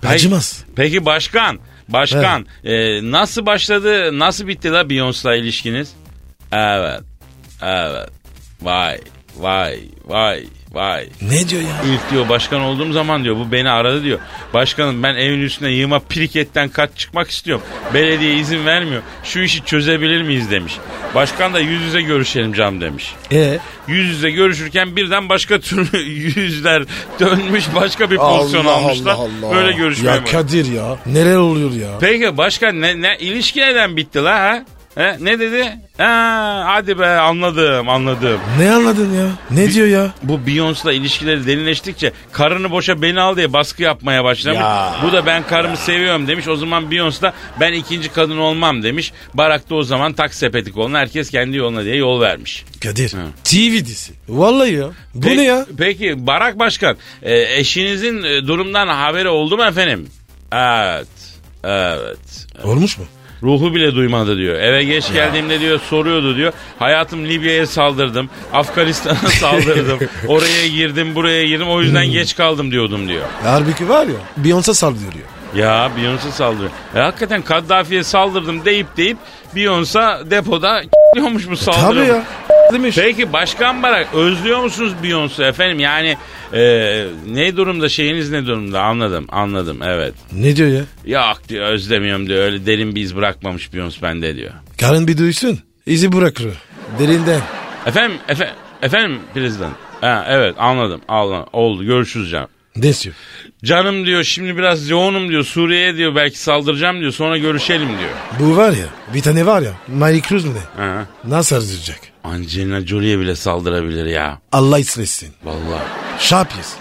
Acımaz. Peki başkan, başkan e, nasıl başladı, nasıl bitti la Beyoncé'la ilişkiniz? Evet, evet, vay, vay, vay, vay. Ne diyor ya? İlk diyor başkan olduğum zaman diyor bu beni aradı diyor. Başkanım ben evin üstüne yığma piriketten kat çıkmak istiyorum. Belediye izin vermiyor. Şu işi çözebilir miyiz demiş. Başkan da yüz yüze görüşelim canım demiş. Ee? Yüz yüze görüşürken birden başka türlü yüzler dönmüş, başka bir pozisyon Allah almışlar. Allah Allah. Böyle görüşmeye Ya başladı. Kadir ya. Neler oluyor ya? Peki başkan ne, ne ilişki neden bitti la ha? He, ne dedi? Ha, hadi be anladım anladım. Ne anladın ya? Ne Bi- diyor ya? Bu Beyoncé'la ilişkileri derinleştikçe karını boşa beni al diye baskı yapmaya başlamış. Ya. Bu da ben karımı seviyorum demiş. O zaman Beyoncé da ben ikinci kadın olmam demiş. Barak da o zaman tak sepeti koluna herkes kendi yoluna diye yol vermiş. Kadir. T V dizisi. Vallahi ya. Bu Peki, ne ya? Peki Barak Başkan e, eşinizin e, durumdan haberi oldu mu efendim? Evet. Evet. Olmuş mu? Ruhu bile duymadı diyor. Eve geç geldiğimde diyor soruyordu diyor. Hayatım Libya'ya saldırdım. Afganistan'a saldırdım. Oraya girdim buraya girdim o yüzden geç kaldım diyordum diyor. Halbuki var ya. Beyoncé saldırıyor. Ya Beyoncé saldırıyor. E, hakikaten Kaddafi'ye saldırdım deyip deyip Beyoncé depoda diyormuş bu saldırı. Tabii ya. Demiş. Peki Başkan Barak özlüyor musunuz Beyoncé efendim? Yani e, ne durumda şeyiniz ne durumda anladım anladım evet. Ne diyor ya? Yok diyor özlemiyorum diyor öyle derin bir iz bırakmamış Beyoncé bende diyor. Karın bir duysun. İzi bırakır. Derinden. Efendim efendim efendim Prezident. Ha, evet anladım anladım oldu görüşürüz canım. Ne diyor? Canım diyor şimdi biraz yoğunum diyor Suriye'ye diyor belki saldıracağım diyor sonra görüşelim diyor. Bu var ya. Bir tane var ya. Miley Cruz mu ne? Ha. Nasıl arayacak? Angelina Jolie'ye bile saldırabilir ya. Allah istesin. Vallahi. Şap yesin.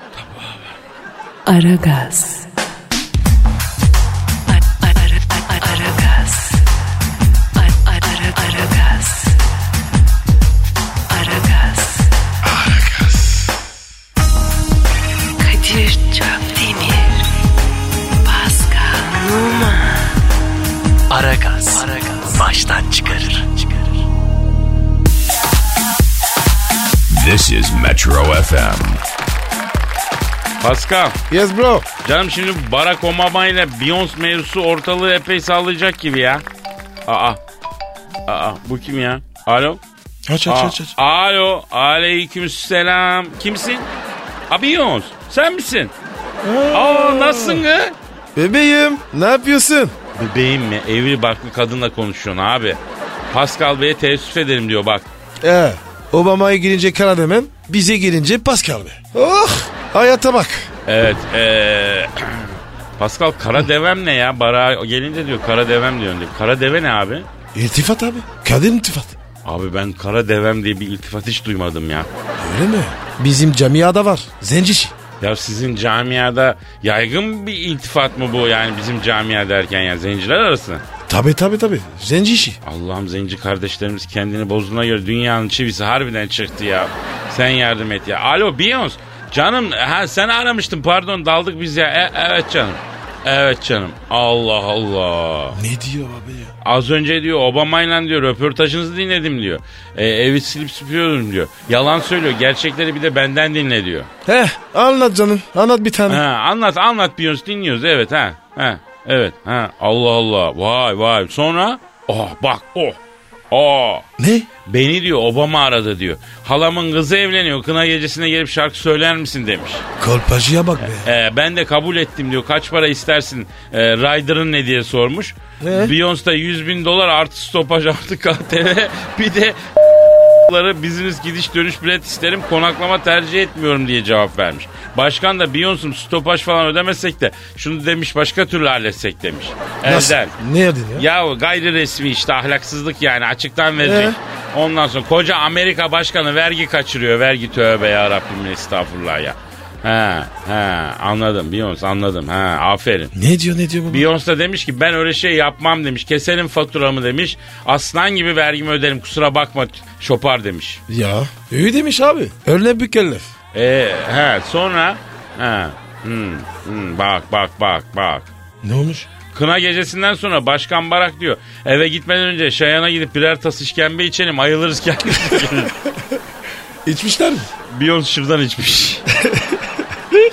Aragaz. Ara- ara- ara- Aragaz. Ara- ara- Aragaz. Aragaz. Kadir Çöpdemir. Pascal Numa. Aragaz. Baştan çıkarır. This is Metro F M. Pascal. Yes bro. Canım şimdi Barack Obama ile Beyoncé mevzusu ortalığı epey sallayacak gibi ya. Aa. Aa bu kim ya? Alo? Aç aç aç aç. Alo. Aleykümselam. Kimsin? Aa Beyoncé. Sen misin? Aa nasılsın kız? Bebeğim ne yapıyorsun? Bebeğim mi? Evli barklı kadınla konuşuyorsun abi. Pascal Bey'e teessüf ederim diyor bak. Ee, Obama'ya girince Karademen, bize girince Pascal Bey. Oh, hayata bak. Evet. Ee, Pascal kara devem ne ya? Bara gelince diyor kara devem diyor. Kara deve ne abi? İltifat abi. Kadir iltifat. Abi ben kara devem diye bir iltifat hiç duymadım ya. Öyle mi? Bizim camiada var. Zencişi. Ya sizin camiada yaygın bir iltifat mı bu yani bizim camia derken ya zenciler arasında? Tabii tabii tabii. Zencişi. Allah'ım zenci kardeşlerimiz kendini bozduğuna göre dünyanın çivisi harbiden çıktı ya. Sen yardım et ya. Alo Beyoncé. Canım ha sen aramıştın pardon daldık biz ya. E, evet canım. Evet canım. Allah Allah. Ne diyor abi ya? Az önce diyor Obama'yla diyor röportajınızı dinledim diyor. E, evi silip süpürüyorum diyor. Yalan söylüyor. Gerçekleri bir de benden dinle diyor. Heh anlat canım. Anlat bir tane. Ha, anlat anlat Beyoncé dinliyoruz evet ha. Ha evet ha Allah Allah vay vay sonra oh bak oh oh Ne? beni diyor Obama aradı diyor. Halamın kızı evleniyor kına gecesine gelip şarkı söyler misin demiş. Kolpacıya bak be. Ee, ben de kabul ettim diyor. Kaç para istersin? Ee, Ryder'ın ne diye sormuş. Ee? Beyoncé da yüz bin dolar artı stopaj artı K T V bir de business gidiş dönüş bilet isterim konaklama tercih etmiyorum diye cevap vermiş. Başkan da Beyoncé'm stopaj falan ödemesek de şunu demiş başka türlü halletsek demiş. Nasıl? Elden. Ne dedin ya? Ya gayri resmi işte ahlaksızlık yani açıktan verecek. Ee? Ondan sonra koca Amerika başkanı vergi kaçırıyor. Vergi tövbe ya Rabbim estağfurullah ya. He he anladım Beyoncé anladım. He aferin. Ne diyor ne diyor bu? Beyoncé da demiş ki ben öyle şey yapmam demiş. Keserim faturamı demiş. Aslan gibi vergimi öderim kusura bakma şopar demiş. Ya öyle demiş abi. Öyle mükellef. E he sonra he hmm, hmm, bak bak bak bak. Ne olmuş? Kına gecesinden sonra Başkan Barak diyor eve gitmeden önce Şayan'a gidip birer tas işkembe içelim ayılırız kendimize. İçmişler mi? Beyoncé şırdan içmiş.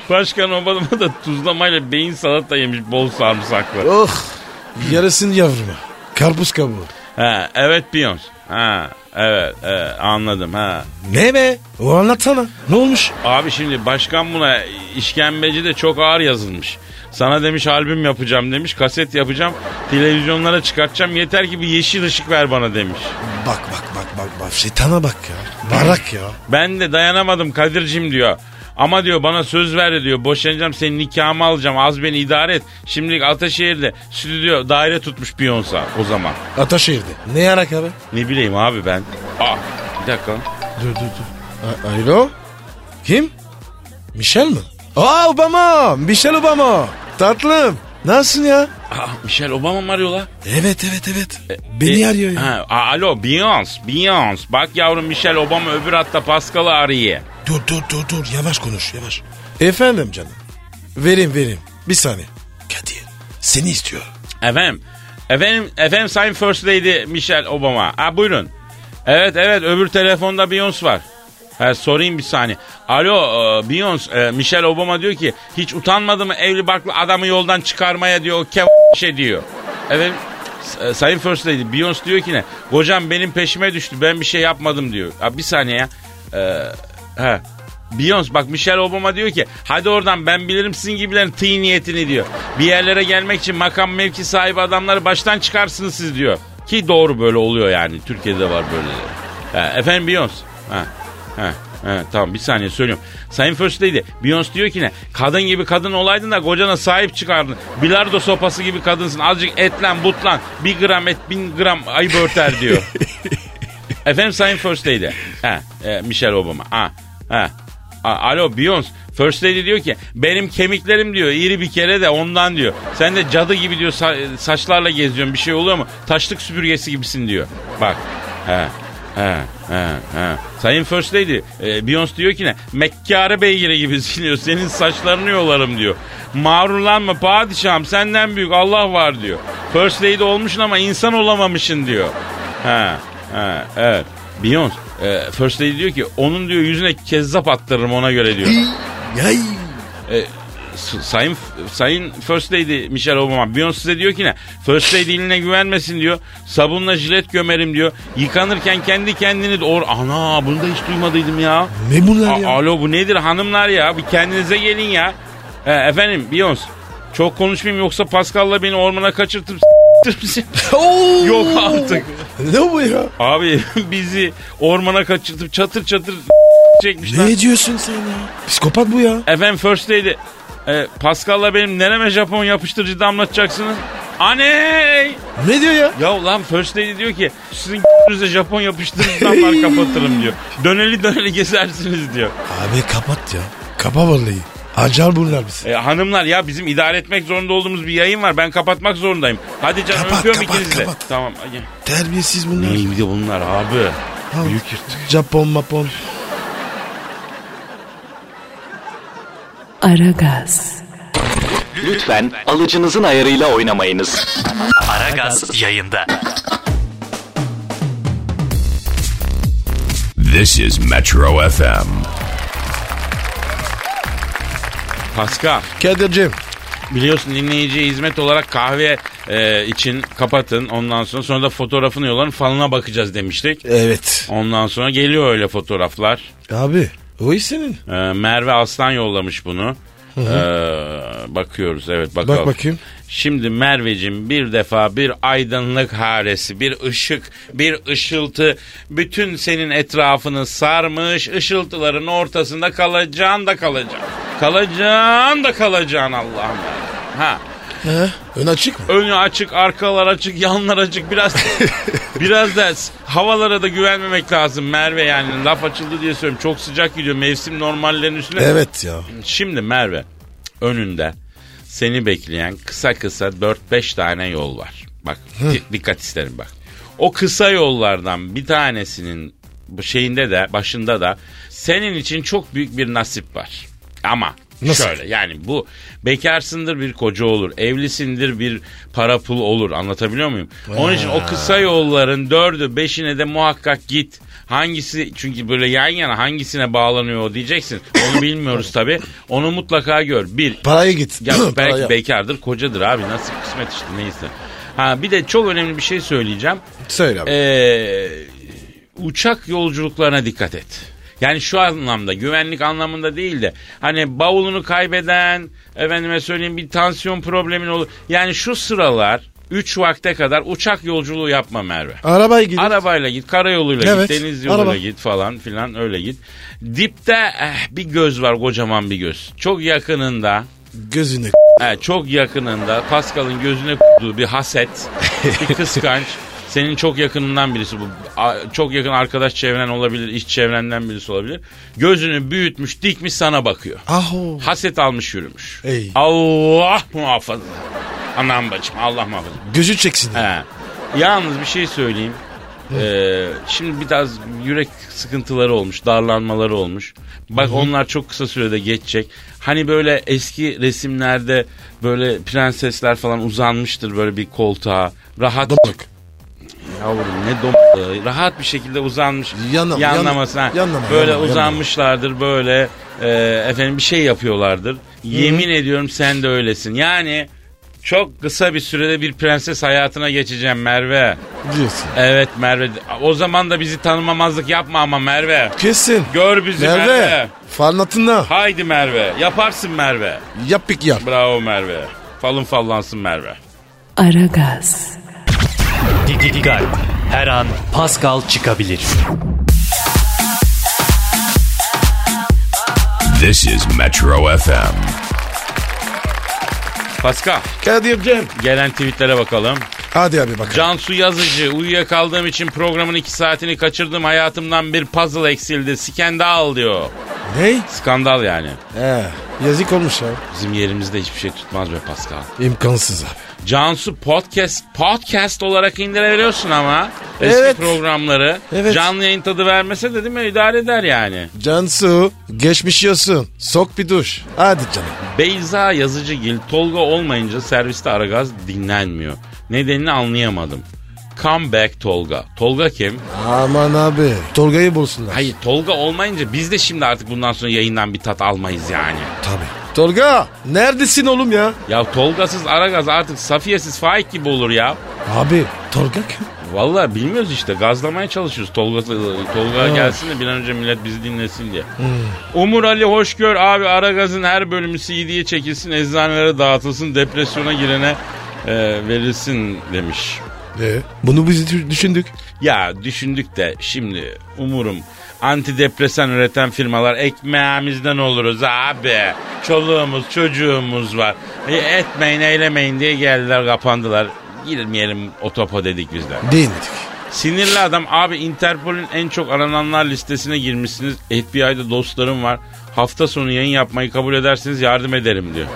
Başkan Obama da tuzlamayla beyin salata yemiş bol sarımsaklı. Oh. Yarısın yavruma. Karpuz kabuğu. Ha, evet Beyoncé. Ha, evet, evet anladım ha. Ne be? O anlatsana. Ne olmuş? Abi şimdi başkan buna işkembeci de çok ağır yazılmış. Sana demiş albüm yapacağım demiş, kaset yapacağım, televizyonlara çıkartacağım, yeter ki bir yeşil ışık ver bana demiş. Bak bak bak bak bak şeytana bak ya. Barak ya. Ben de dayanamadım Kadir'cim diyor. Ama diyor bana söz ver diyor, boşanacağım, senin nikahımı alacağım, az beni idare et. Şimdilik Ataşehir'de stüdyo daire tutmuş Beyoncé o zaman. Ataşehir'de. Ne yarak abi? Ne bileyim abi ben. Aa, bir dakika. Dur dur dur. A- Alo? Kim? Michel mi? Aa Obama. Michel Obama. Tatlım. Nasılsın ya? Aa, Michelle Obama mı arıyor la? Evet evet evet. Beni E, arıyor ya. Ha, a- alo Beyoncé, Beyoncé. Bak yavrum Michelle Obama öbür hatta Pascal'ı arıyor. Dur dur dur dur. Yavaş konuş yavaş. Efendim canım. Vereyim vereyim. Bir saniye. Kadir. Seni istiyor. Efendim, efendim, efendim Sayın First Lady Michelle Obama. Ha buyurun. Evet evet öbür telefonda Beyoncé var. Ha, sorayım bir saniye. Alo e, Beyoncé, e, Michelle Obama diyor ki hiç utanmadı mı evli barklı adamı yoldan çıkarmaya diyor, o kev şey diyor. Evet e, Sayın First Lady Beyoncé diyor ki ne? Kocam benim peşime düştü, ben bir şey yapmadım diyor. Ha, bir saniye ya. E, he. Beyoncé bak Michelle Obama diyor ki hadi oradan ben bilirim sizin gibilerin tığ niyetini diyor. Bir yerlere gelmek için makam mevki sahibi adamları baştan çıkarsınız siz diyor. Ki doğru böyle oluyor yani. Türkiye'de var böyleleri. Ha, efendim Beyoncé. Ha. Ha, ha, tamam bir saniye söylüyorum. Sayın First Lady Beyoncé diyor ki ne? Kadın gibi kadın olaydın da kocana sahip çıkardın. Bilardo sopası gibi kadınsın. Azıcık etlen butlan. Bir gram et bin gram ayıp örter diyor. Efendim Sayın First Lady. Ha, e, Michelle Obama. Ha, ha. A, alo Beyoncé. First Lady diyor ki benim kemiklerim diyor iri bir kere de ondan diyor. Sen de cadı gibi diyor sa- saçlarla geziyorsun, bir şey oluyor mu? Taşlık süpürgesi gibisin diyor. Bak. He. He, he, he. Sayın First Lady e, Beyoncé diyor ki ne? Mekkâre beygiri gibisin diyor. Senin saçlarını yolarım diyor. Mağrurlanma padişahım, senden büyük Allah var diyor. First Lady olmuşsun ama insan olamamışsın diyor. He, he, evet. Beyoncé e, First Lady diyor ki onun diyor yüzüne kezzap attırırım ona göre diyor. Yay. E, Sayın Sayın First Lady Michelle Obama Beyoncé size diyor ki ne? First Lady eline güvenmesin diyor. Sabunla jilet gömerim diyor. Yıkanırken kendi kendini or ana bunu da hiç duymadıydım ya. Ne bunlar ya? A- Alo bu nedir hanımlar ya? Bir kendinize gelin ya. E, efendim Beyoncé çok konuşmayayım yoksa Pascal'la beni ormana kaçırtıp yok artık. Ne bu ya? Abi bizi ormana kaçırtıp çatır çatır çekmişler. Ne diyorsun sen ya? Psikopat bu ya. Efendim First Lady e, Pascal'la benim nereme Japon yapıştırıcı damlatacaksınız? Aney! Ne diyor ya? Ya lan First Lady diyor ki sizin g***nize Japon yapıştırıcı damlar kapatırım diyor. Döneli döneli gezersiniz diyor. Abi kapat ya. Kapa vallahi. Acar bunlar bizi. E, hanımlar ya bizim idare etmek zorunda olduğumuz bir yayın var. Ben kapatmak zorundayım. Hadi canım Kapat, öpüyorum kapat, ikinizi de. kapat. Tamam. Hadi. Terbiyesiz bunlar. Neydi bunlar abi? Ha, Büyük yırtık. Japon mapon. Aragaz, Lütfen alıcınızın ayarıyla oynamayınız. Aragaz yayında. This is Metro F M. Pascal. Kadir'cim. Biliyorsun dinleyiciye hizmet olarak kahve e, için kapatın. Ondan sonra sonra da fotoğrafını yolların falına bakacağız demiştik. Evet. Ondan sonra geliyor öyle fotoğraflar. Abi o iş senin. E, Merve Aslan yollamış bunu. E, bakıyoruz evet bakalım. Bak bakayım. Şimdi Merveciğim bir defa bir aydınlık haresi, bir ışık, bir ışıltı bütün senin etrafını sarmış. Işıltıların ortasında kalacaksın da kalacaksın. Kalacaksın da kalacaksın Allah'ım. Ha. He, ön açık mı? Önü açık, arkalar açık, yanlar açık. Biraz biraz da havalara da güvenmemek lazım Merve yani. Laf açıldı diye söylüyorum. Çok sıcak gidiyor mevsim normallerin üstüne. Evet ya. Şimdi Merve önünde seni bekleyen kısa kısa dört beş tane yol var. Bak di- dikkat isterim bak. O kısa yollardan bir tanesinin bu şeyinde de başında da senin için çok büyük bir nasip var. Ama Nasıl? Şöyle yani bu bekarsındır bir koca olur. Evlisindir bir para pul olur. Anlatabiliyor muyum? Onun için o kısa yolların dördü beşine de muhakkak git. Hangisi çünkü böyle yan yana hangisine bağlanıyor o diyeceksin. Onu bilmiyoruz tabii. Onu mutlaka gör. Bir. Paraya git. Ya belki Paraya. bekardır kocadır abi. Nasıl kısmet işte neyse. Ha bir de çok önemli bir şey söyleyeceğim. Söyle abi. Ee, uçak yolculuklarına dikkat et. Yani şu anlamda güvenlik anlamında değil de hani bavulunu kaybeden efendime söyleyeyim bir tansiyon problemin olur. Yani şu sıralar üç vakte kadar uçak yolculuğu yapma Merve. Arabaya git. Arabayla git, karayoluyla Evet, git, deniz yoluyla araba. git falan filan öyle git. Dipte eh, bir göz var kocaman bir göz. Çok yakınında Gözüne He, çok yakınında Pascal'ın gözüne k***duğu bir haset, bir kıskanç. Senin çok yakınından birisi bu. A- Çok yakın arkadaş çevren olabilir, iş çevrenden birisi olabilir. Gözünü büyütmüş, dikmiş sana bakıyor. Aho. Haset almış yürümüş. Ey. Allah muhafaza. Anam bacım Allah muhafaza. Gözü çeksin. He. Yalnız bir şey söyleyeyim. Ee, şimdi biraz yürek sıkıntıları olmuş, darlanmaları olmuş. Bak Hı-hı. onlar çok kısa sürede geçecek. Hani böyle eski resimlerde böyle prensesler falan uzanmıştır böyle bir koltuğa. Rahat. Domluk. Yavrum ne dom... Rahat bir şekilde uzanmış. Yanlama, yanlamasına. yan- yanlama, böyle yanlama, uzanmışlardır böyle e, efendim bir şey yapıyorlardır. Yemin ediyorum sen de öylesin. Yani çok kısa bir sürede bir prenses hayatına geçeceğim Merve. Diyorsun. Evet Merve. O zaman da bizi tanımamazlık yapma ama Merve. Kesin. Gör bizi Merve. Merve. Farnatına. Haydi Merve. Yaparsın Merve. Yap pik yap. Bravo Merve. Falın fallansın Merve. Aragaz, Dikkat. Her an Pascal çıkabilir. This is Metro F M. Pascal, Kadir'cim. gelen tweetlere bakalım. Hadi abi bakalım. Cansu Yazıcı, uyuyakaldığım için programın iki saatini kaçırdım. Hayatımdan bir puzzle eksildi. Skandal diyor. Ne? Skandal yani. He, yazık olmuş ya. Bizim yerimizde hiçbir şey tutmaz be Pascal. İmkansız abi. Cansu podcast podcast olarak indirebiliyorsun ama eski Evet. programları Evet. canlı yayın tadı vermese de değil mi idare eder yani. Cansu geçmiş yiyorsun. Sok bir duş. Hadi canım. Beyza Yazıcıgil Tolga olmayınca serviste Aragaz dinlenmiyor. Nedenini anlayamadım. Come back Tolga. Tolga kim? Aman abi. Tolga'yı bulsunlar. Hayır Tolga olmayınca biz de şimdi artık bundan sonra yayından bir tat almayız yani. Tabii. Tolga neredesin oğlum ya? Ya Tolgasız Aragaz artık Safiyesiz Faik gibi olur ya. Abi Tolga kim? Vallahi bilmiyoruz işte gazlamaya çalışıyoruz. Tolga, Tolga gelsin de bir an önce millet bizi dinlesin diye. Hmm. Umur Ali Hoşgör abi Aragaz'ın her bölümü C D'ye çekilsin, eczanelere dağıtılsın, depresyona girene e, verilsin demiş. Ee, bunu biz düşündük. Ya düşündük de şimdi umurum antidepresan üreten firmalar ekmeğimizden oluruz abi. Çoluğumuz çocuğumuz var. E, etmeyin eylemeyin diye geldiler kapandılar. Girmeyelim o topa dedik biz de. Değildik. Sinirli adam abi Interpol'ün en çok arananlar listesine girmişsiniz. F B I'de dostlarım var. Hafta sonu yayın yapmayı kabul ederseniz yardım ederim diyor.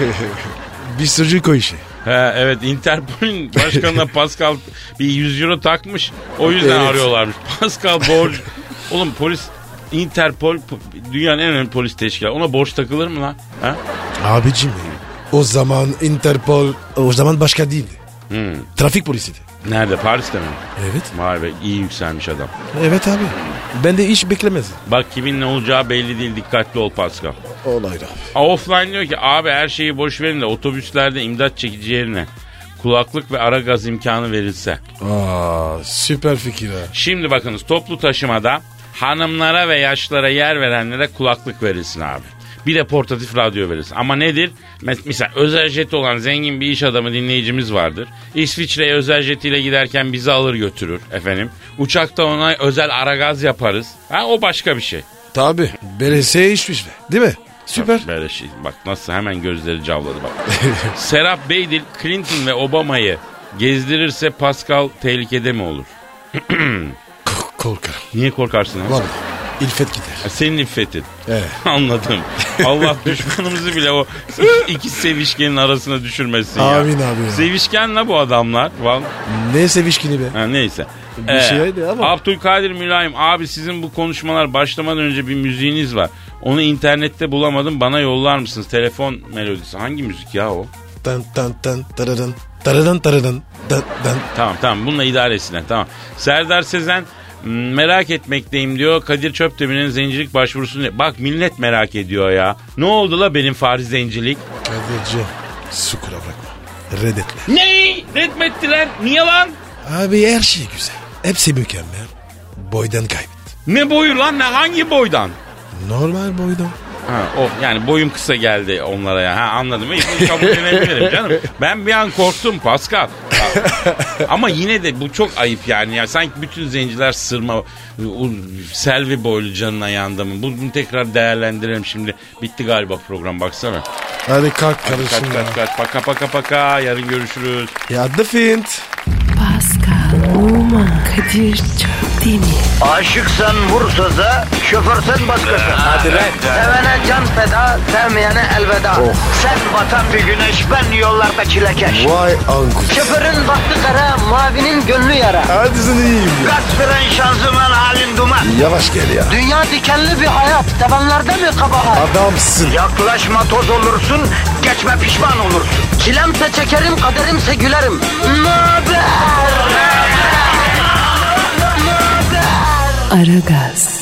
Bir sürücü koy işi. He, evet Interpol'ün başkanına Pascal bir yüz euro takmış. O yüzden Evet. arıyorlarmış. Pascal borç. Oğlum polis Interpol dünyanın en önemli polis teşkilatı. Ona borç takılır mı lan? Ha? Abicim o zaman Interpol o zaman başka değildi. Hmm. Trafik polisiydi. Nerede? Paris'te mi? Evet. Vay be iyi yükselmiş adam. Evet abi. Ben de hiç beklemezdim. Bak kimin ne olacağı belli değil. Dikkatli ol Pascal. Olaydı abi. Offline diyor ki abi her şeyi boş verin de otobüslerde imdat çekici yerine kulaklık ve ara gaz imkanı verilse. Aa, süper fikir ha. Şimdi bakınız toplu taşımada hanımlara ve yaşlara yer verenlere kulaklık verilsin abi. Bir de portatif radyo verirsin. Ama nedir? Mesela özel jeti olan zengin bir iş adamı dinleyicimiz vardır. İsviçre'ye özel jetiyle giderken bizi alır götürür efendim. Uçakta ona özel aragaz yaparız. Ha, o başka bir şey. Tabii. Belediye işmiş be. Değil mi? Süper. Bak, böyle şey. Bak nasıl hemen gözleri cavladı bak. Serap Beydil Clinton ve Obama'yı gezdirirse Pascal tehlikede mi olur? Korkarım. Niye korkarsın ha? Vallahi. İlfet gider. Ha, senin iffetin. Evet. Anladım. Allah düşmanımızı bile o iki sevişkenin arasına düşürmesin ya. Amin abi ya. Sevişken la bu adamlar. Vallahi. Ne sevişkini be. Ha, neyse. Bir şeydi ama. Abdülkadir Mülayim abi sizin bu konuşmalar başlamadan önce bir müziğiniz var. Onu internette bulamadım, bana yollar mısınız? Telefon melodisi. Hangi müzik ya o? Tan tan tan taradan taradan taradan dan dan. Tamam tamam, bununla idare etsinler, tamam. Serdar Sezen merak etmekteyim diyor. Kadir Çöptemir'in zencilik başvurusunu. Bak millet merak ediyor ya. Ne oldu la benim Fahri zencilik? Kadir'cim sukura bırakma. Reddetle. Ne? Reddettiler. Niye lan? Abi her şey güzel. Hepsi mükemmel. Boydan kaybet. Ne boyu lan? Ne, hangi boydan? Normal boydan. Ha, o yani boyum kısa geldi onlara ya. Ha, anladım. Bunu kabullenebilirim canım. Ben bir an korktum Pascal. Ama yine de bu çok ayıp yani. Ya sanki bütün zenciler sırma, o, Selvi boylu canına yandı mı? Bunu tekrar değerlendirelim şimdi. Bitti galiba program, baksana. Hadi kalk Hadi karışın kaç ya. kaç kaç. Paka paka paka. Yarın görüşürüz. Ya the Fint. Pascal, Oman, Kadir çok değil mi? Aşıksan vursa da, şoförsen başkasın. Hadi lan. Sevene can feda, sevmeyene elveda. Sen batan bir güneş, ben yollarda çilekeş. Vay anku. Şoförün baktı kara, mavinin gönlü yara. Hadi sen iyiyim ya. Kasperen şanzıman halin duman. Yavaş gel ya. Dünya dikenli bir hayat, sevenlerde mi kabahar? Adamsın. Yaklaşma toz olursun, geçme pişman olursun. Çilemse çekerim, kaderimse gülerim. Möber! Aragaz.